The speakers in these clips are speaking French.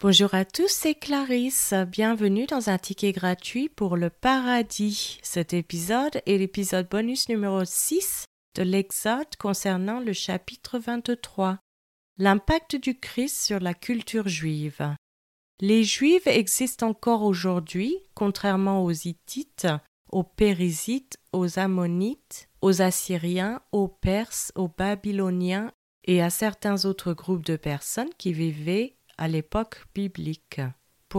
Bonjour à tous, c'est Clarisse. Bienvenue dans un ticket gratuit pour le paradis. Cet épisode est l'épisode bonus numéro 6 de l'Exode concernant le chapitre 23. L'impact du Christ sur la culture juive. Les Juifs existent encore aujourd'hui, contrairement aux Hittites, aux Périsites, aux Ammonites, aux Assyriens, aux Perses, aux Babyloniens et à certains autres groupes de personnes qui vivaient à l'époque biblique. Pourquoi ?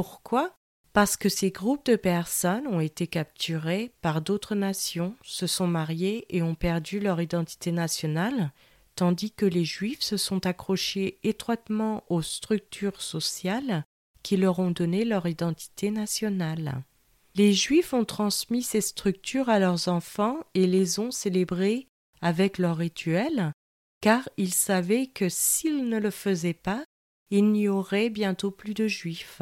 Parce que ces groupes de personnes ont été capturés par d'autres nations, se sont mariés et ont perdu leur identité nationale, tandis que les Juifs se sont accrochés étroitement aux structures sociales qui leur ont donné leur identité nationale. Les Juifs ont transmis ces structures à leurs enfants et les ont célébrées avec leurs rituels, car ils savaient que s'ils ne le faisaient pas, il n'y aurait bientôt plus de Juifs.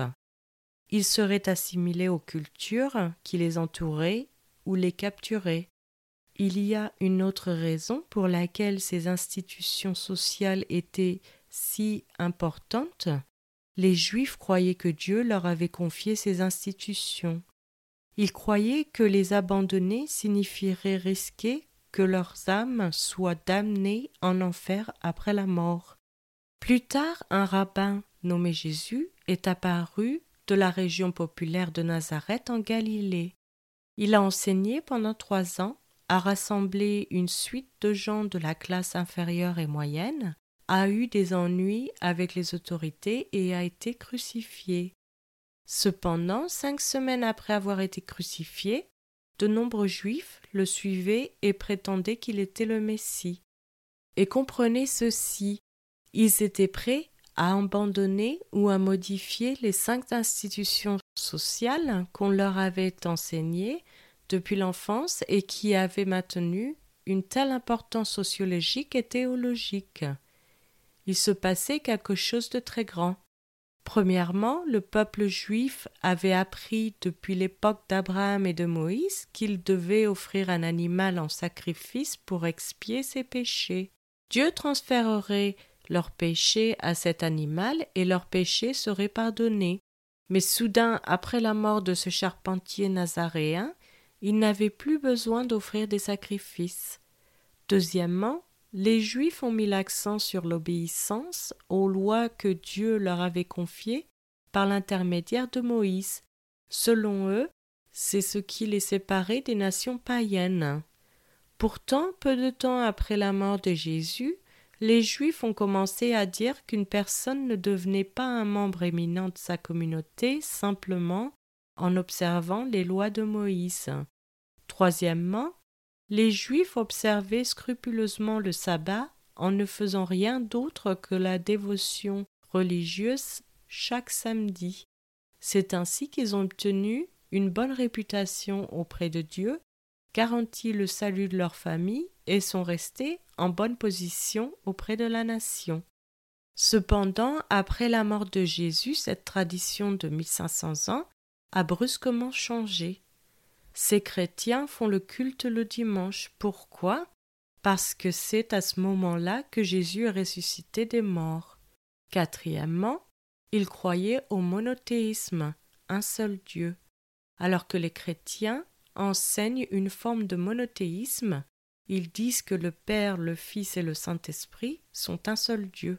Ils seraient assimilés aux cultures qui les entouraient ou les capturaient. Il y a une autre raison pour laquelle ces institutions sociales étaient si importantes. Les Juifs croyaient que Dieu leur avait confié ces institutions. Ils croyaient que les abandonner signifierait risquer que leurs âmes soient damnées en enfer après la mort. Plus tard, un rabbin nommé Jésus est apparu de la région populaire de Nazareth en Galilée. Il a enseigné pendant 3 ans, a rassemblé une suite de gens de la classe inférieure et moyenne, a eu des ennuis avec les autorités et a été crucifié. Cependant, 5 semaines après avoir été crucifié, de nombreux Juifs le suivaient et prétendaient qu'il était le Messie. Et comprenez ceci, ils étaient prêts à abandonner ou à modifier les 5 institutions sociales qu'on leur avait enseignées depuis l'enfance et qui avaient maintenu une telle importance sociologique et théologique. Il se passait quelque chose de très grand. Premièrement, le peuple juif avait appris depuis l'époque d'Abraham et de Moïse qu'il devait offrir un animal en sacrifice pour expier ses péchés. Dieu transférerait leurs péchés à cet animal et leurs péchés seraient pardonnés. Mais soudain, après la mort de ce charpentier nazaréen, ils n'avaient plus besoin d'offrir des sacrifices. Deuxièmement, les Juifs ont mis l'accent sur l'obéissance aux lois que Dieu leur avait confiées par l'intermédiaire de Moïse. Selon eux, c'est ce qui les séparait des nations païennes. Pourtant, peu de temps après la mort de Jésus, les Juifs ont commencé à dire qu'une personne ne devenait pas un membre éminent de sa communauté simplement en observant les lois de Moïse. Troisièmement, les Juifs observaient scrupuleusement le sabbat en ne faisant rien d'autre que la dévotion religieuse chaque samedi. C'est ainsi qu'ils ont obtenu une bonne réputation auprès de Dieu, garanti le salut de leur famille et sont restés en bonne position auprès de la nation. Cependant, après la mort de Jésus, cette tradition de 1500 ans a brusquement changé. Ces chrétiens font le culte le dimanche. Pourquoi ? Parce que c'est à ce moment-là que Jésus est ressuscité des morts. Quatrièmement, ils croyaient au monothéisme, un seul Dieu, alors que les chrétiens enseignent une forme de monothéisme. Ils disent que le Père, le Fils et le Saint-Esprit sont un seul Dieu.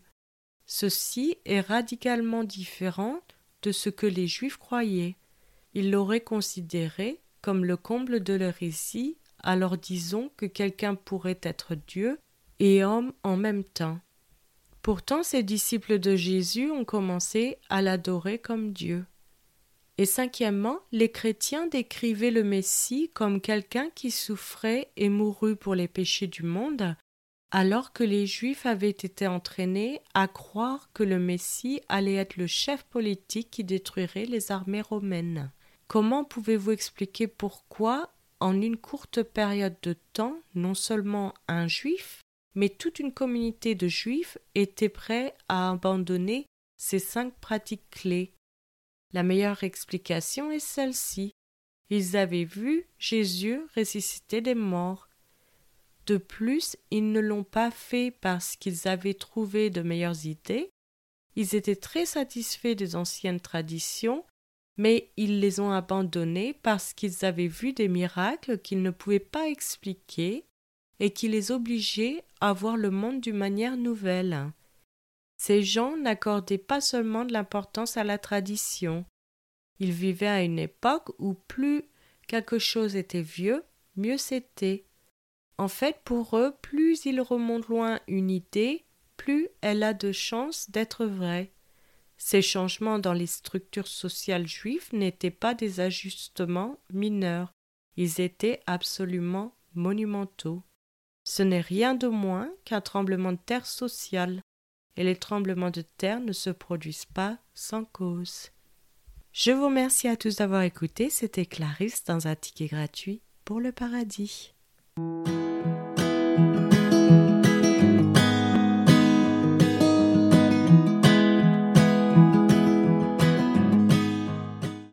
Ceci est radicalement différent de ce que les Juifs croyaient. Ils l'auraient considéré comme le comble de l'hérésie, alors disons que quelqu'un pourrait être Dieu et homme en même temps. Pourtant, ces disciples de Jésus ont commencé à l'adorer comme Dieu. Et cinquièmement, les chrétiens décrivaient le Messie comme quelqu'un qui souffrait et mourut pour les péchés du monde, alors que les Juifs avaient été entraînés à croire que le Messie allait être le chef politique qui détruirait les armées romaines. Comment pouvez-vous expliquer pourquoi, en une courte période de temps, non seulement un Juif, mais toute une communauté de Juifs était prêt à abandonner ces 5 pratiques clés ? La meilleure explication est celle-ci. Ils avaient vu Jésus ressusciter des morts. De plus, ils ne l'ont pas fait parce qu'ils avaient trouvé de meilleures idées, Ils étaient très satisfaits des anciennes traditions, mais ils les ont abandonnées parce qu'ils avaient vu des miracles qu'ils ne pouvaient pas expliquer et qui les obligeaient à voir le monde d'une manière nouvelle. Ces gens n'accordaient pas seulement de l'importance à la tradition. Ils vivaient à une époque où plus quelque chose était vieux, mieux c'était. En fait, pour eux, plus il remonte loin une idée, plus elle a de chances d'être vraie. Ces changements dans les structures sociales juives n'étaient pas des ajustements mineurs, ils étaient absolument monumentaux. Ce n'est rien de moins qu'un tremblement de terre social, et les tremblements de terre ne se produisent pas sans cause. Je vous remercie à tous d'avoir écouté, c'était Clarisse dans un ticket gratuit pour le paradis.